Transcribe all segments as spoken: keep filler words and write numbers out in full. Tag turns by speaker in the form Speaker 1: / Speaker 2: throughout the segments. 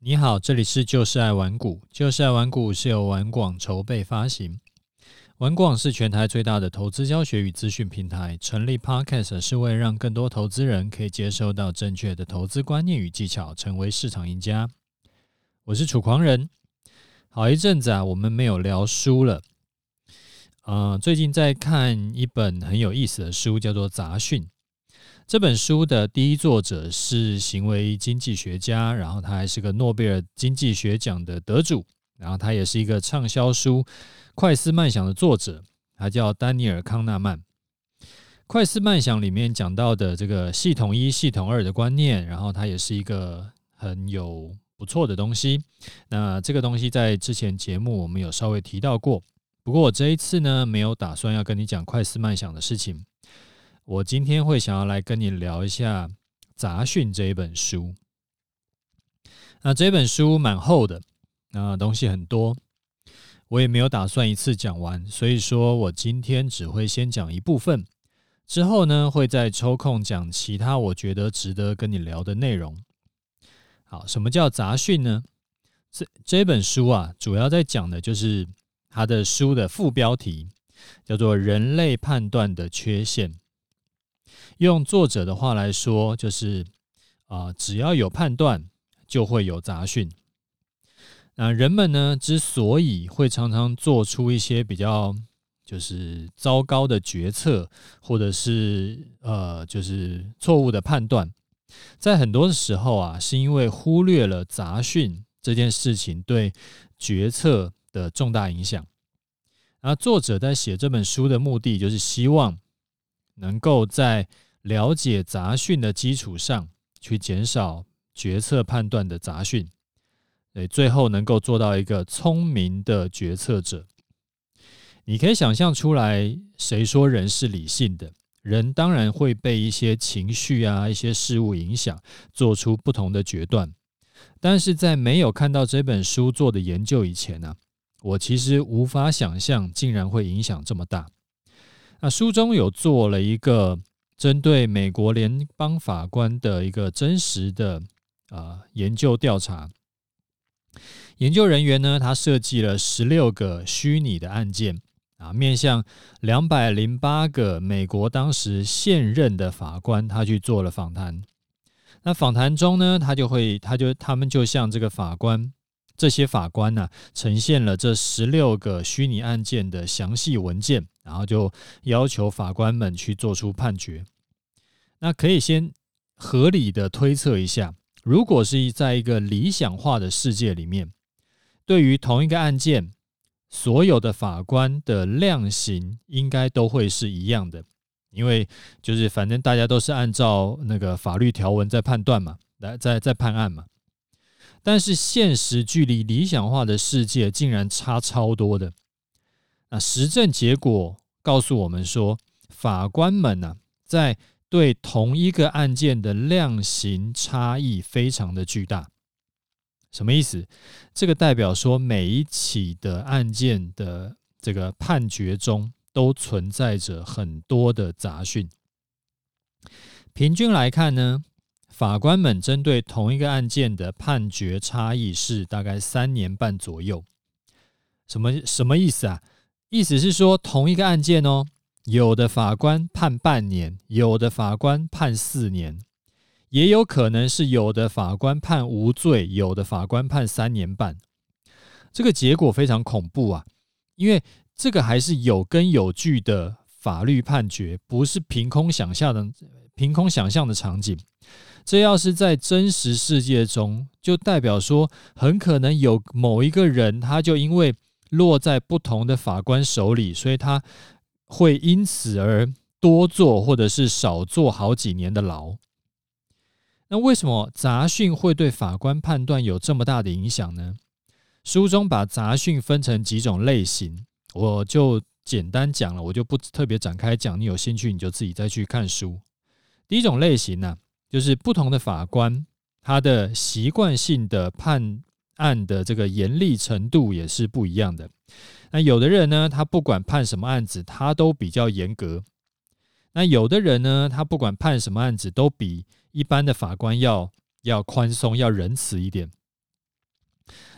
Speaker 1: 你好，这里是就是爱玩股。就是爱玩股是由玩广筹备发行。玩广是全台最大的投资教学与资讯平台，成立 Podcast 是为了让更多投资人可以接收到正确的投资观念与技巧，成为市场赢家。我是楚狂人。好一阵子啊，我们没有聊书了。呃，最近在看一本很有意思的书，叫做《杂讯》。这本书的第一作者是行为经济学家，然后他还是个诺贝尔经济学奖的得主，然后他也是一个畅销书《快思慢想》的作者，他叫丹尼尔·康纳曼。《快思慢想》里面讲到的这个系统一、系统二的观念，然后它也是一个很有不错的东西。那这个东西在之前节目我们有稍微提到过，不过我这一次呢，没有打算要跟你讲快思慢想的事情。我今天会想要来跟你聊一下《杂讯》这一本书。那这本书蛮厚的，那东西很多，我也没有打算一次讲完，所以说我今天只会先讲一部分，之后呢会再抽空讲其他我觉得值得跟你聊的内容。好，什么叫杂讯呢？这这本书啊，主要在讲的就是它的书的副标题叫做人类判断的缺陷。用作者的话来说，就是、呃、只要有判断就会有杂讯。那人们呢，之所以会常常做出一些比较就是糟糕的决策，或者是呃就是错误的判断，在很多的时候啊，是因为忽略了杂讯这件事情对决策的重大影响。那作者在写这本书的目的，就是希望能够在了解杂讯的基础上，去减少决策判断的杂讯，最后能够做到一个聪明的决策者。你可以想象出来，谁说人是理性的？人当然会被一些情绪啊、一些事物影响，做出不同的决断。但是在没有看到这本书做的研究以前啊，我其实无法想象竟然会影响这么大。那书中有做了一个针对美国联邦法官的一个真实的、呃、研究调查。研究人员呢，他设计了十六个虚拟的案件，啊，面向两百零八个美国当时现任的法官，他去做了访谈。那访谈中呢，他就会，他就他们就向这个法官，这些法官呢、啊，呈现了这十六个虚拟案件的详细文件，然后就要求法官们去做出判决。那可以先合理的推测一下，如果是在一个理想化的世界里面，对于同一个案件，所有的法官的量刑应该都会是一样的，因为就是反正大家都是按照那个法律条文在判断嘛，在在判案嘛。但是现实距离理想化的世界竟然差超多的。那实证结果告诉我们说，法官们啊，在对同一个案件的量刑差异非常的巨大。什么意思？这个代表说每一起的案件的这个判决中都存在着很多的杂讯。平均来看呢，法官们针对同一个案件的判决差异是大概三年半左右。什么什么意思啊？意思是说同一个案件哦，有的法官判半年，有的法官判四年，也有可能是有的法官判无罪，有的法官判三年半。这个结果非常恐怖啊，因为这个还是有根有据的法律判决，不是凭空想象的凭空想象的场景。这要是在真实世界中，就代表说很可能有某一个人，他就因为落在不同的法官手里，所以他会因此而多坐或者是少坐好几年的牢。那为什么杂讯会对法官判断有这么大的影响呢？书中把杂讯分成几种类型，我就简单讲了，我就不特别展开讲，你有兴趣你就自己再去看书。第一种类型呢、啊，就是不同的法官，他的习惯性的判案的这个严厉程度也是不一样的。那有的人呢，他不管判什么案子，他都比较严格。那有的人呢，他不管判什么案子，都比一般的法官要要宽松，要仁慈一点。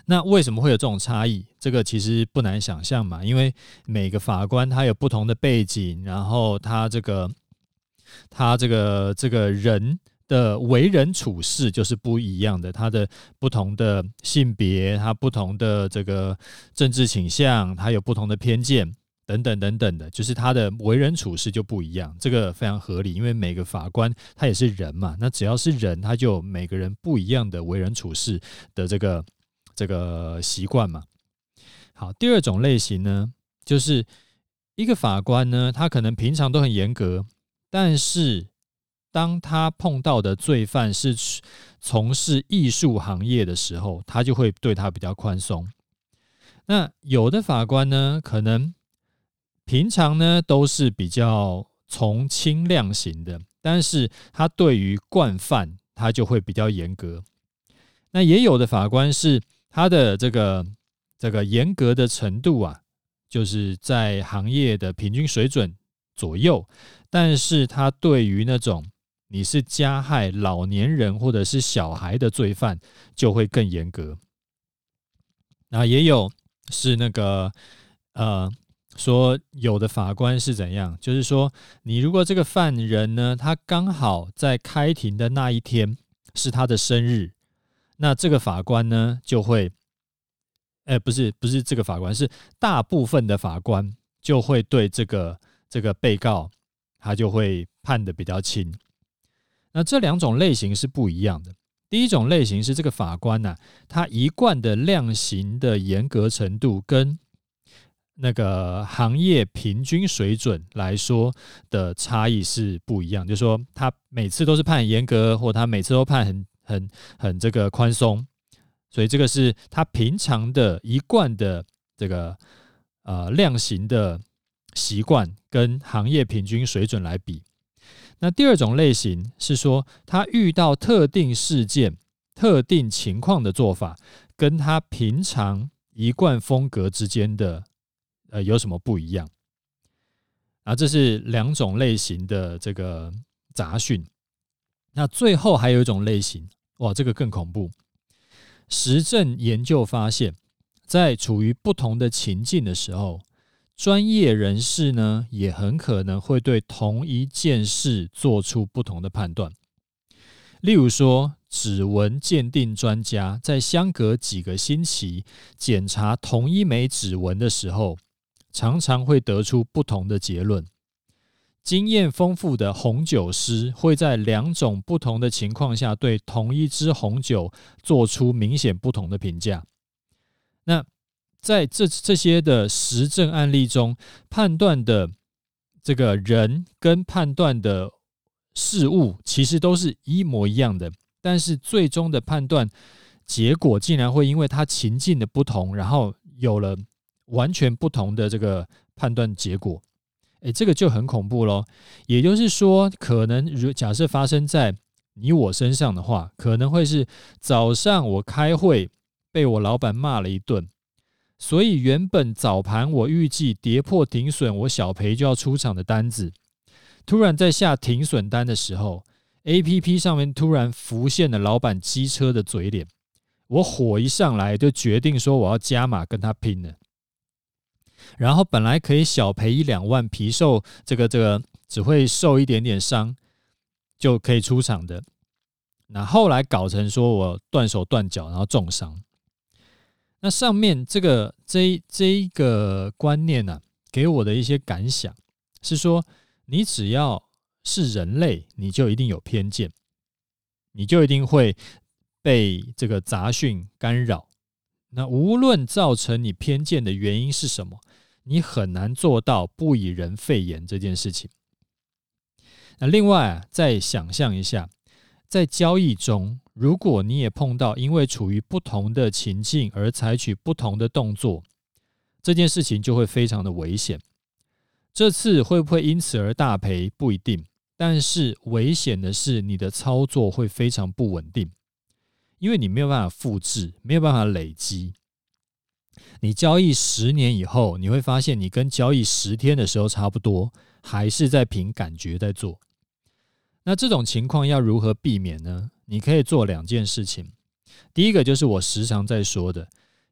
Speaker 1: 那为什么会有这种差异？这个其实不难想象嘛，因为每个法官他有不同的背景，然后他这个他这个这个人的为人处事就是不一样的，他的不同的性别，他不同的这个政治倾向，他有不同的偏见等等等等的，就是他的为人处事就不一样，这个非常合理，因为每个法官他也是人嘛，那只要是人，他就有每个人不一样的为人处事的这个这个习惯嘛。好，第二种类型呢，就是一个法官呢，他可能平常都很严格，但是当他碰到的罪犯是从事艺术行业的时候，他就会对他比较宽松。那有的法官呢，可能平常呢都是比较从轻量刑的，但是他对于惯犯他就会比较严格。那也有的法官是他的这个这个严格的程度啊，就是在行业的平均水准左右，但是他对于那种你是加害老年人或者是小孩的罪犯就会更严格。那也有是那个呃说有的法官是怎样，就是说你如果这个犯人呢，他刚好在开庭的那一天是他的生日，那这个法官呢就会，哎，不是不是这个法官，是大部分的法官就会对这个这个被告，他就会判得比较轻。那这两种类型是不一样的。第一种类型是这个法官啊，他一贯的量刑的严格程度跟那个行业平均水准来说的差异是不一样，就是说他每次都是判很严格，或他每次都判很很很这个宽松，所以这个是他平常的一贯的这个呃量刑的习惯跟行业平均水准来比。那第二种类型是说，他遇到特定事件、特定情况的做法，跟他平常一贯风格之间的呃有什么不一样？啊，这是两种类型的这个杂讯。那最后还有一种类型，哇，这个更恐怖。实证研究发现，在处于不同的情境的时候，专业人士呢，也很可能会对同一件事做出不同的判断。例如说，指纹鉴定专家在相隔几个星期检查同一枚指纹的时候，常常会得出不同的结论。经验丰富的红酒师会在两种不同的情况下对同一支红酒做出明显不同的评价。那在 这, 这些的实证案例中，判断的这个人跟判断的事物其实都是一模一样的，但是最终的判断结果竟然会因为它情境的不同，然后有了完全不同的这个判断结果。诶，这个就很恐怖咯。也就是说，可能假设发生在你我身上的话，可能会是早上我开会被我老板骂了一顿，所以原本早盘我预计跌破停损我小赔就要出场的单子，突然在下停损单的时候， A P P 上面突然浮现了老板机车的嘴脸，我火一上来就决定说我要加码跟他拼了。然后本来可以小赔一两万，皮受这个这个只会受一点点伤就可以出场的，那后来搞成说我断手断脚，然后重伤。那上面这个这这一个观念呢、啊，给我的一些感想是说，你只要是人类，你就一定有偏见，你就一定会被这个杂讯干扰。那无论造成你偏见的原因是什么，你很难做到不以人废言这件事情。那另外、啊、再想象一下，在交易中，如果你也碰到因为处于不同的情境而采取不同的动作，这件事情就会非常的危险。这次会不会因此而大赔不一定，但是危险的是你的操作会非常不稳定，因为你没有办法复制，没有办法累积。你交易十年以后，你会发现你跟交易十天的时候差不多，还是在凭感觉在做。那这种情况要如何避免呢？你可以做两件事情。第一个就是我时常在说的，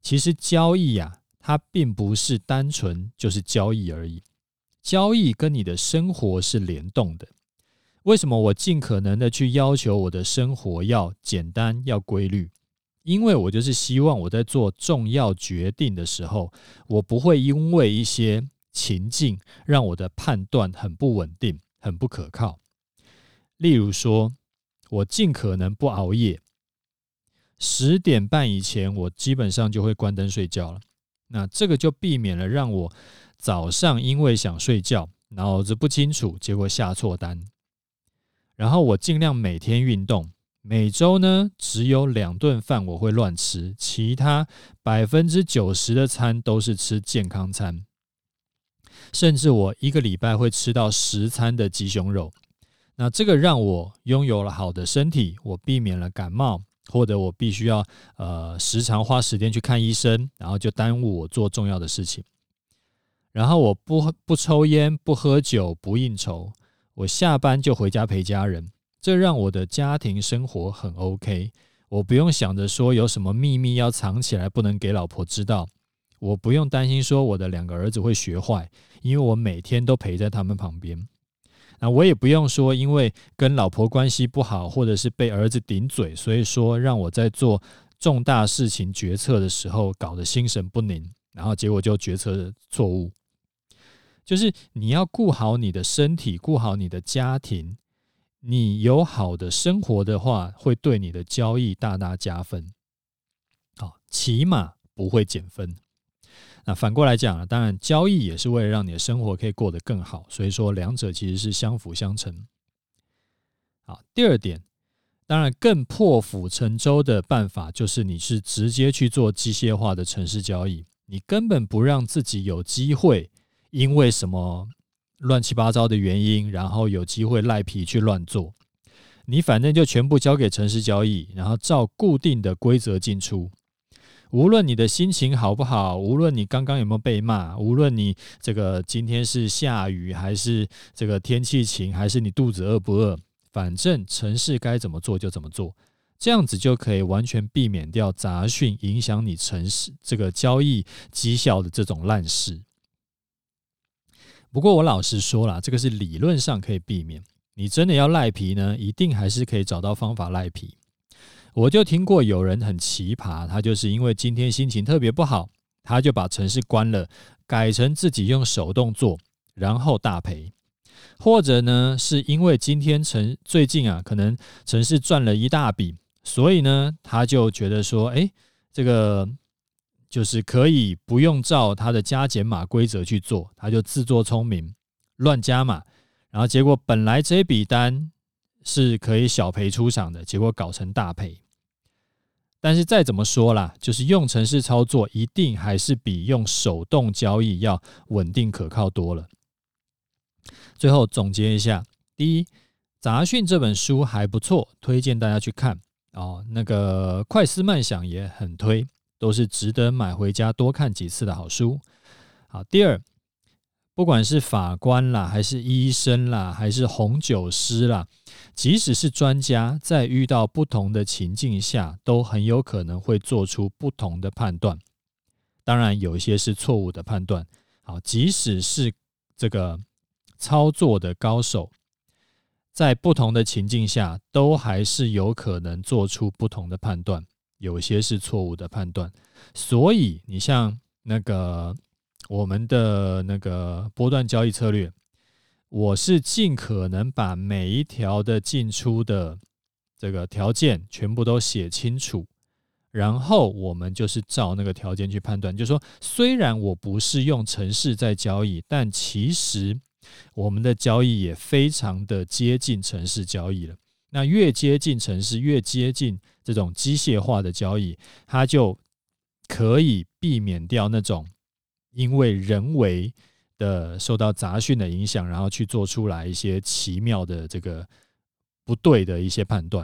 Speaker 1: 其实交易啊，它并不是单纯就是交易而已，交易跟你的生活是联动的。为什么我尽可能的去要求我的生活要简单、要规律？因为我就是希望我在做重要决定的时候，我不会因为一些情境让我的判断很不稳定、很不可靠。例如说，我尽可能不熬夜，十点半以前我基本上就会关灯睡觉了。那这个就避免了让我早上因为想睡觉，脑子不清楚，结果下错单。然后我尽量每天运动，每周呢只有两顿饭我会乱吃，其他 百分之九十 的餐都是吃健康餐。甚至我一个礼拜会吃到十餐的鸡胸肉。那这个让我拥有了好的身体，我避免了感冒，或者我必须要呃时常花时间去看医生，然后就耽误我做重要的事情。然后我不不抽烟，不喝酒，不应酬，我下班就回家陪家人，这让我的家庭生活很 OK。我不用想着说有什么秘密要藏起来不能给老婆知道，我不用担心说我的两个儿子会学坏，因为我每天都陪在他们旁边。那我也不用说因为跟老婆关系不好，或者是被儿子顶嘴，所以说让我在做重大事情决策的时候搞得心神不宁，然后结果就决策错误。就是你要顾好你的身体，顾好你的家庭，你有好的生活的话，会对你的交易大大加分，好，起码不会减分。那反过来讲，当然交易也是为了让你的生活可以过得更好，所以说两者其实是相辅相成。好，第二点，当然更破釜沉舟的办法就是你是直接去做机械化的程式交易，你根本不让自己有机会因为什么乱七八糟的原因，然后有机会赖皮去乱做，你反正就全部交给程式交易，然后照固定的规则进出。无论你的心情好不好，无论你刚刚有没有被骂，无论你这个今天是下雨还是这个天气晴，还是你肚子饿不饿，反正程式该怎么做就怎么做，这样子就可以完全避免掉杂讯影响你程式这个交易绩效的这种烂事。不过我老实说啦，这个是理论上可以避免，你真的要赖皮呢，一定还是可以找到方法赖皮。我就听过有人很奇葩，他就是因为今天心情特别不好，他就把程式关了，改成自己用手动做，然后大赔。或者呢，是因为今天程最近啊，可能程式赚了一大笔，所以呢，他就觉得说，哎，这个就是可以不用照他的加减码规则去做，他就自作聪明，乱加码，然后结果本来这笔单是可以小赔出场的，结果搞成大赔。但是再怎么说啦，就是用程式操作一定还是比用手动交易要稳定可靠多了。最后总结一下，第一，杂讯这本书还不错，推荐大家去看哦。那个快思慢想也很推，都是值得买回家多看几次的好书。好，第二，不管是法官啦，还是医生啦，还是红酒师啦，即使是专家，在遇到不同的情境下，都很有可能会做出不同的判断。当然，有一些是错误的判断。好，即使是这个操作的高手，在不同的情境下，都还是有可能做出不同的判断，有些是错误的判断。所以，你像那个我们的那个波段交易策略，我是尽可能把每一条的进出的这个条件全部都写清楚，然后我们就是照那个条件去判断，就是说虽然我不是用程式在交易，但其实我们的交易也非常的接近程式交易了。那越接近程式，越接近这种机械化的交易，它就可以避免掉那种因为人为的受到杂讯的影响，然后去做出来一些奇妙的这个不对的一些判断。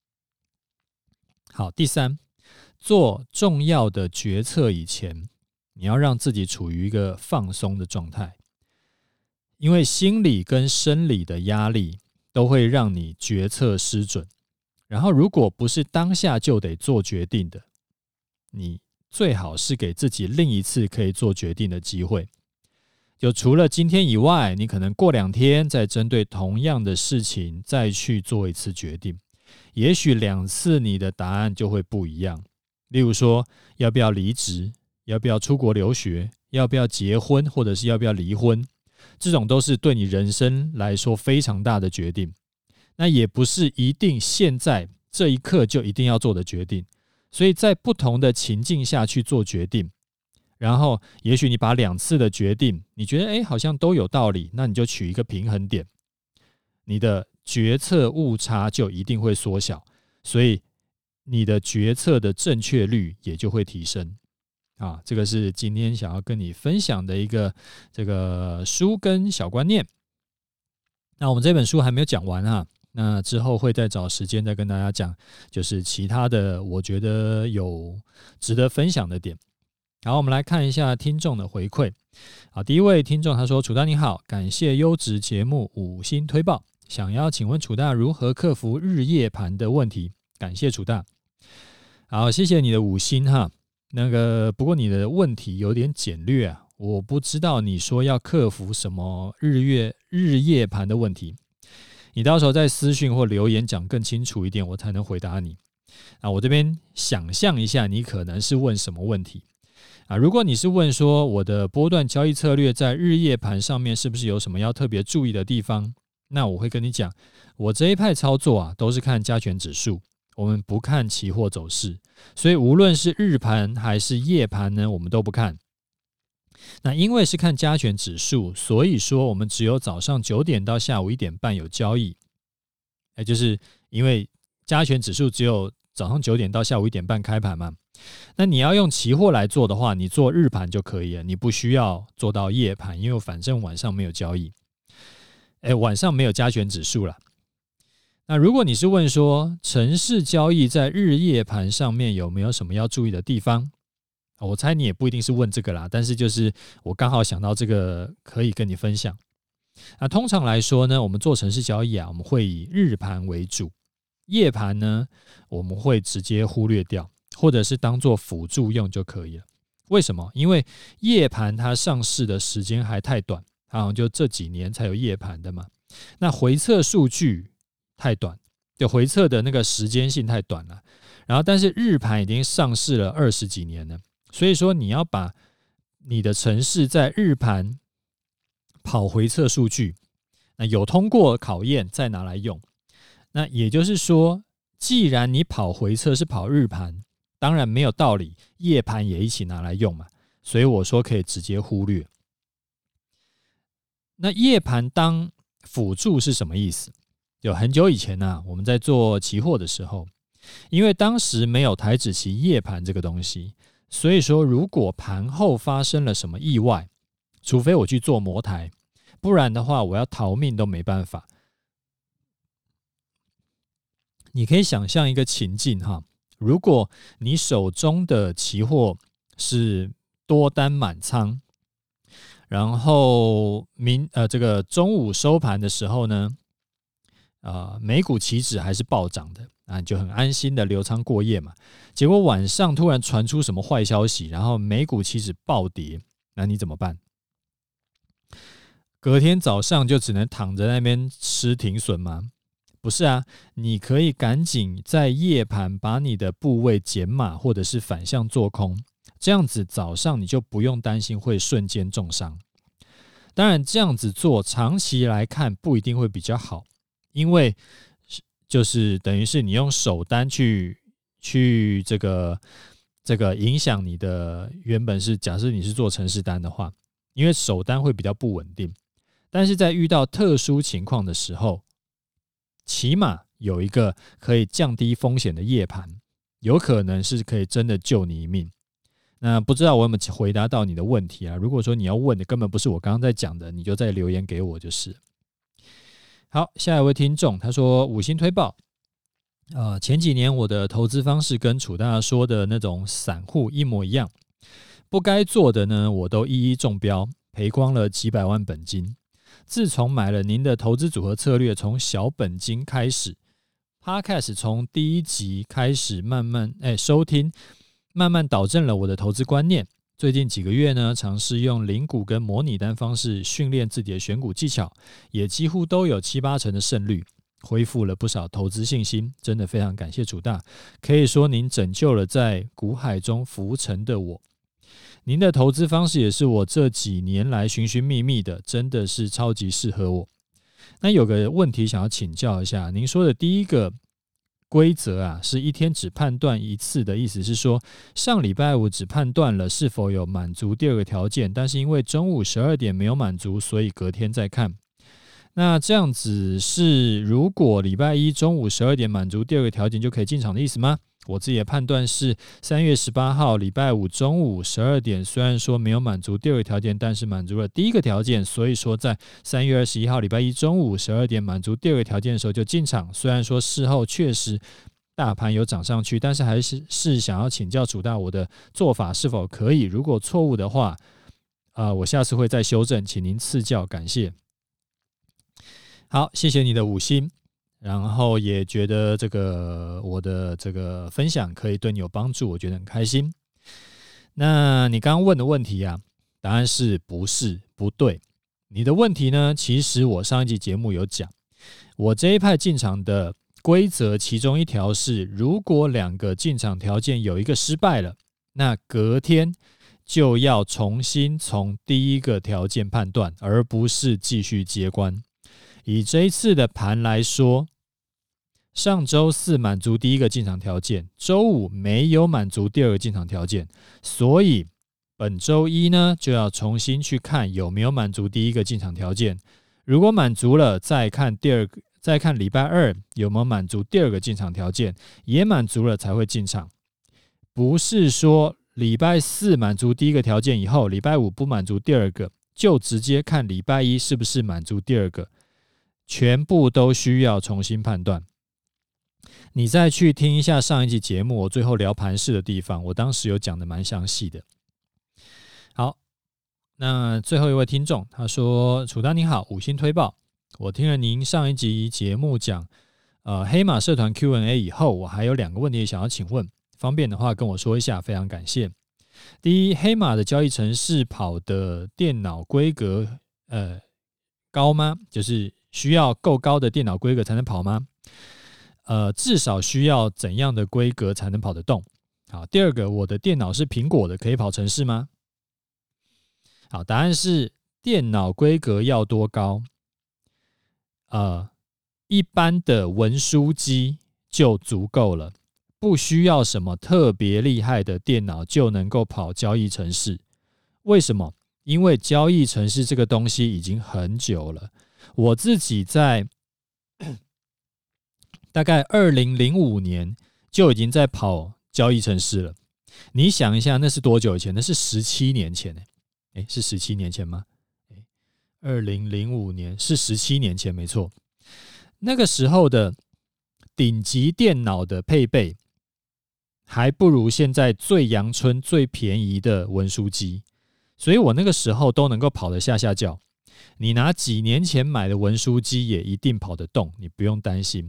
Speaker 1: 好，第三，做重要的决策以前，你要让自己处于一个放松的状态，因为心理跟生理的压力都会让你决策失准。然后如果不是当下就得做决定的，你最好是给自己另一次可以做决定的机会。就除了今天以外，你可能过两天再针对同样的事情再去做一次决定，也许两次你的答案就会不一样。例如说，要不要离职，要不要出国留学，要不要结婚，或者是要不要离婚，这种都是对你人生来说非常大的决定。那也不是一定现在这一刻就一定要做的决定，所以在不同的情境下去做决定，然后也许你把两次的决定你觉得诶好像都有道理，那你就取一个平衡点，你的决策误差就一定会缩小，所以你的决策的正确率也就会提升啊。这个是今天想要跟你分享的一个这个书跟小观念。那我们这本书还没有讲完啊，那之后会再找时间再跟大家讲，就是其他的我觉得有值得分享的点。好，我们来看一下听众的回馈。好，第一位听众他说：楚大你好，感谢优质节目五星推报，想要请问楚大如何克服日夜盘的问题？感谢楚大。好，谢谢你的五星哈。那个不过你的问题有点简略啊，我不知道你说要克服什么日月日夜盘的问题。你到时候在私讯或留言讲更清楚一点，我才能回答你。啊，我这边想象一下，你可能是问什么问题啊？如果你是问说我的波段交易策略在日夜盘上面是不是有什么要特别注意的地方，那我会跟你讲，我这一派操作啊，都是看加权指数，我们不看期货走势，所以无论是日盘还是夜盘呢，我们都不看。那因为是看加权指数，所以说我们只有早上九点到下午一点半有交易，也就是因为加权指数只有早上九点到下午一点半开盘嘛。那你要用期货来做的话，你做日盘就可以了，你不需要做到夜盘，因为反正晚上没有交易，哎，晚上没有加权指数啦。那如果你是问说程式交易在日夜盘上面有没有什么要注意的地方，我猜你也不一定是问这个啦，但是就是我刚好想到这个可以跟你分享。那通常来说呢，我们做程式交易啊，我们会以日盘为主，夜盘呢我们会直接忽略掉，或者是当做辅助用就可以了。为什么？因为夜盘它上市的时间还太短，好像就这几年才有夜盘的嘛。那回测数据太短，就回测的那个时间性太短了。然后但是日盘已经上市了二十几年了，所以说你要把你的程式在日盘跑回测数据，那有通过考验再拿来用。那也就是说，既然你跑回测是跑日盘，当然没有道理夜盘也一起拿来用嘛，所以我说可以直接忽略。那夜盘当辅助是什么意思？有很久以前啊，我们在做期货的时候，因为当时没有台指期夜盘这个东西，所以说如果盘后发生了什么意外，除非我去做摩台，不然的话我要逃命都没办法。你可以想象一个情境哈，如果你手中的期货是多单满仓，然后明呃这个中午收盘的时候呢，呃美股期指还是暴涨的啊，你就很安心的留仓过夜嘛。结果晚上突然传出什么坏消息，然后美股期指暴跌，那你怎么办？隔天早上就只能躺在那边吃停损吗？不是啊，你可以赶紧在夜盘把你的部位减码，或者是反向做空，这样子早上你就不用担心会瞬间重伤。当然这样子做长期来看不一定会比较好，因为就是等于是你用手单去去这个这个影响你的原本是假设你是做程式单的话，因为手单会比较不稳定，但是在遇到特殊情况的时候，起码有一个可以降低风险的夜盘，有可能是可以真的救你一命。那不知道我有没有回答到你的问题啊？如果说你要问的根本不是我刚刚在讲的，你就再留言给我就是。好，下一位听众他说五星推报，呃，前几年我的投资方式跟楚大说的那种散户一模一样，不该做的呢我都一一中标，赔光了几百万本金。自从买了您的投资组合策略，从小本金开始 Podcast 从第一集开始慢慢、欸、收听， 慢慢导正了我的投资观念。最近几个月呢，尝试用零股跟模拟单方式训练自己的选股技巧，也几乎都有七八成的胜率，恢复了不少投资信心。真的非常感谢主大，可以说您拯救了在股海中浮沉的我。您的投资方式也是我这几年来寻寻觅觅的，真的是超级适合我。那有个问题想要请教一下，您说的第一个规则啊，是一天只判断一次的意思是说，上礼拜五只判断了是否有满足第二个条件，但是因为中午十二点没有满足，所以隔天再看。那这样子是如果礼拜一中午十二点满足第二个条件就可以进场的意思吗？我自己的判断是三月十八号礼拜五中午十二点，虽然说没有满足第二个条件，但是满足了第一个条件，所以说在三月二十一号礼拜一中午十二点满足第二个条件的时候就进场。虽然说事后确实大盘有涨上去，但是还是是想要请教主大，我的做法是否可以？如果错误的话，呃，我下次会再修正，请您赐教，感谢。好，谢谢你的五星。然后也觉得这个我的这个分享可以对你有帮助，我觉得很开心。那你刚刚问的问题啊，答案是不是不对？你的问题呢，其实我上一集节目有讲，我这一派进场的规则，其中一条是，如果两个进场条件有一个失败了，那隔天就要重新从第一个条件判断，而不是继续接关。以这一次的盘来说，上周四满足第一个进场条件，周五没有满足第二个进场条件，所以本周一呢就要重新去看有没有满足第一个进场条件。如果满足了，再看第二个，再看礼拜二有没有满足第二个进场条件，也满足了才会进场。不是说礼拜四满足第一个条件以后，礼拜五不满足第二个，就直接看礼拜一是不是满足第二个，全部都需要重新判断。你再去听一下上一集节目，我最后聊盘势的地方，我当时有讲的蛮详细的。好，那最后一位听众他说：楚大您好，五星推报。我听了您上一集节目讲呃黑马社团 Q and A 以后，我还有两个问题想要请问，方便的话跟我说一下，非常感谢。第一，黑马的交易程式跑的电脑规格呃高吗？就是需要够高的电脑规格才能跑吗？呃，至少需要怎样的规格才能跑得动？好，第二个，我的电脑是苹果的，可以跑程式吗？好，答案是电脑规格要多高？呃，一般的文书机就足够了，不需要什么特别厉害的电脑就能够跑交易程式。为什么？因为交易程式这个东西已经很久了，我自己在大概二零零五年就已经在跑交易程式了。你想一下，那是多久以前？那是十七年前、欸欸、是十七年前吗？二零零五年是十七年前，没错。那个时候的顶级电脑的配备还不如现在最阳春最便宜的文书机，所以我那个时候都能够跑得下下叫。你拿几年前买的文书机也一定跑得动，你不用担心。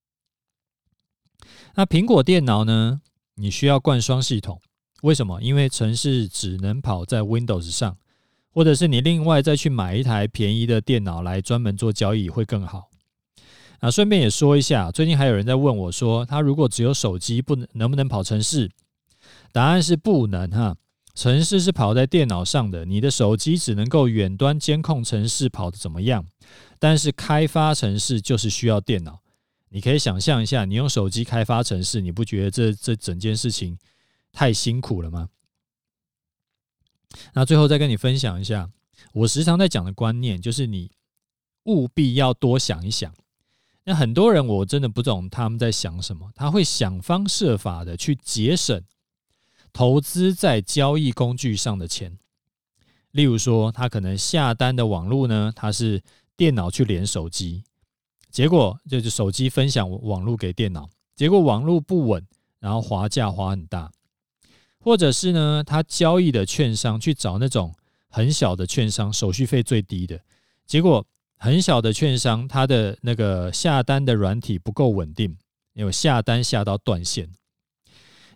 Speaker 1: 那苹果电脑呢？你需要灌双系统，为什么？因为程式只能跑在 Windows 上，或者是你另外再去买一台便宜的电脑来专门做交易会更好。啊，顺便也说一下，最近还有人在问我说，他如果只有手机不能能不能跑程式？答案是不能哈。程式是跑在电脑上的，你的手机只能够远端监控程式跑得怎么样，但是开发程式就是需要电脑。你可以想象一下，你用手机开发程式，你不觉得这这整件事情太辛苦了吗？那最后再跟你分享一下，我时常在讲的观念，就是你务必要多想一想。那很多人我真的不懂他们在想什么，他会想方设法的去节省投资在交易工具上的钱。例如说，他可能下单的网络呢，他是电脑去连手机，结果就是手机分享网络给电脑，结果网络不稳，然后滑价滑很大。或者是呢，他交易的券商去找那种很小的券商，手续费最低的，结果很小的券商，他的那个下单的软体不够稳定，有下单下到断线。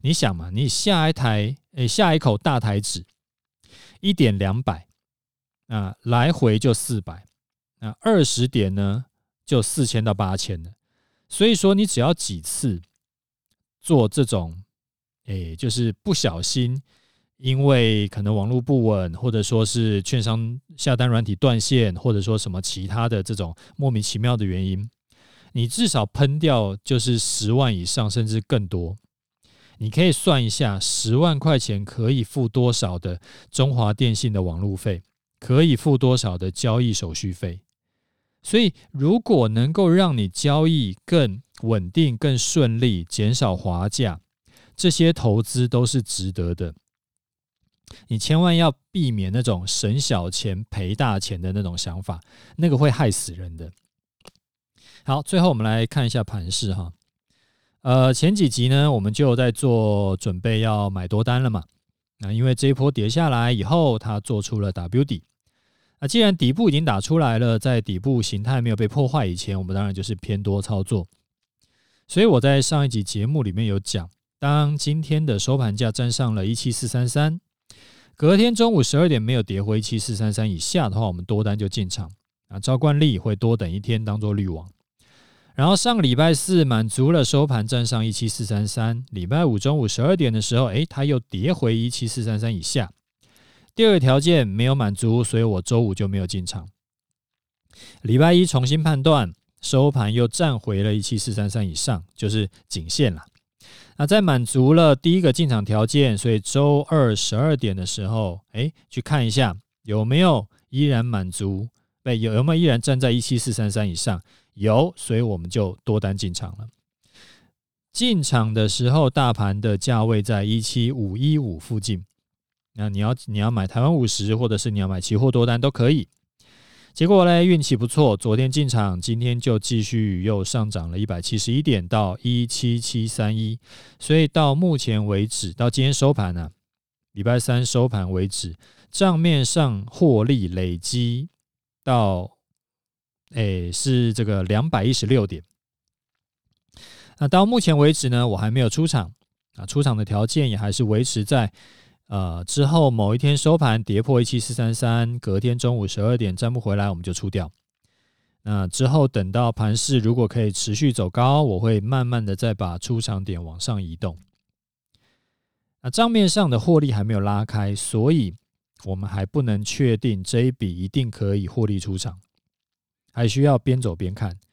Speaker 1: 你想嘛，你下一台，诶，下一口大台指一点两百，那来回就四百，那二十点呢就四千到八千了。所以说，你只要几次做这种，诶，就是不小心，因为可能网络不稳，或者说是券商下单软体断线，或者说什么其他的这种莫名其妙的原因，你至少喷掉就是十万以上，甚至更多。你可以算一下，十万块钱可以付多少的中华电信的网路费，可以付多少的交易手续费。所以，如果能够让你交易更稳定、更顺利，减少滑价，这些投资都是值得的。你千万要避免那种省小钱赔大钱的那种想法，那个会害死人的。好，最后我们来看一下盘势哈。呃，前几集呢，我们就在做准备要买多单了嘛。那因为这一波跌下来以后，它做出了 W 底。那既然底部已经打出来了，在底部形态没有被破坏以前，我们当然就是偏多操作。所以我在上一集节目里面有讲，当今天的收盘价站上了一七四三三，隔天中午十二点没有跌回一七四三三以下的话，我们多单就进场。啊，照惯例会多等一天当做滤网。然后上个礼拜四满足了收盘站上一七四三三，礼拜五中午十二点的时候，诶，它又跌回一七四三三以下。第二个条件没有满足，所以我周五就没有进场。礼拜一重新判断，收盘又站回了一七四三三以上，就是颈线啦。那在满足了第一个进场条件，所以周二十二点的时候，哎，去看一下有没有依然满足，对，有有没有依然站在一七四三三以上？有，所以我们就多单进场了。进场的时候，大盘的价位在一七五一五附近。那你要你要买台湾五十，或者是你要买期货多单都可以。结果呢，运气不错，昨天进场，今天就继续又上涨了一百七十一点到一七七三一，所以到目前为止，到今天收盘啊，礼拜三收盘为止，账面上获利累积到，诶，是这个两百一十六点。那到目前为止呢，我还没有出场啊，出场的条件也还是维持在。呃，之后某一天收盘跌破一七四三三，隔天中午十二点站不回来，我们就出掉。那之后等到盘势如果可以持续走高，我会慢慢的再把出场点往上移动。那账面上的获利还没有拉开，所以我们还不能确定这一笔一定可以获利出场，还需要边走边看。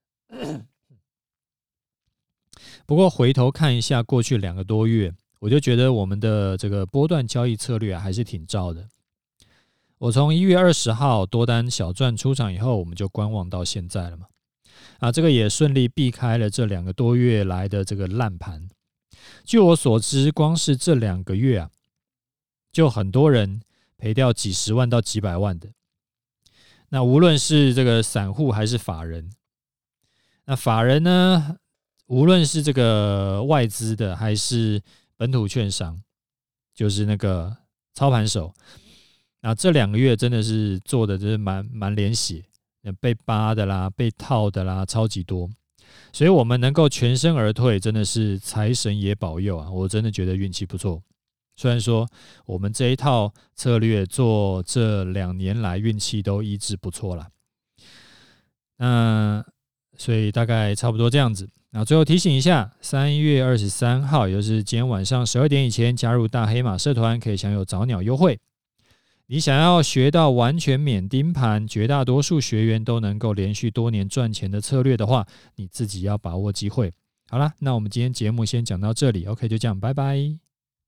Speaker 1: 不过回头看一下过去两个多月，我就觉得我们的这个波段交易策略还是挺照的。我从一月二十号多单小赚出场以后，我们就观望到现在了嘛。啊，这个也顺利避开了这两个多月来的这个烂盘。据我所知，光是这两个月啊，就很多人赔掉几十万到几百万的。那无论是这个散户还是法人，那法人呢，无论是这个外资的还是本土券商，就是那个操盘手，那这两个月真的是做的就是蛮蛮连血，被扒的啦，被套的啦，超级多，所以我们能够全身而退，真的是财神爷保佑啊！我真的觉得运气不错。虽然说我们这一套策略做这两年来运气都一直不错啦，那所以大概差不多这样子。那最后提醒一下，三月二十三号，也就是今天晚上十二点以前加入大黑马社团，可以享有早鸟优惠。你想要学到完全免盯盘，绝大多数学员都能够连续多年赚钱的策略的话，你自己要把握机会。好啦，那我们今天节目先讲到这里 ，OK， 就这样，拜拜。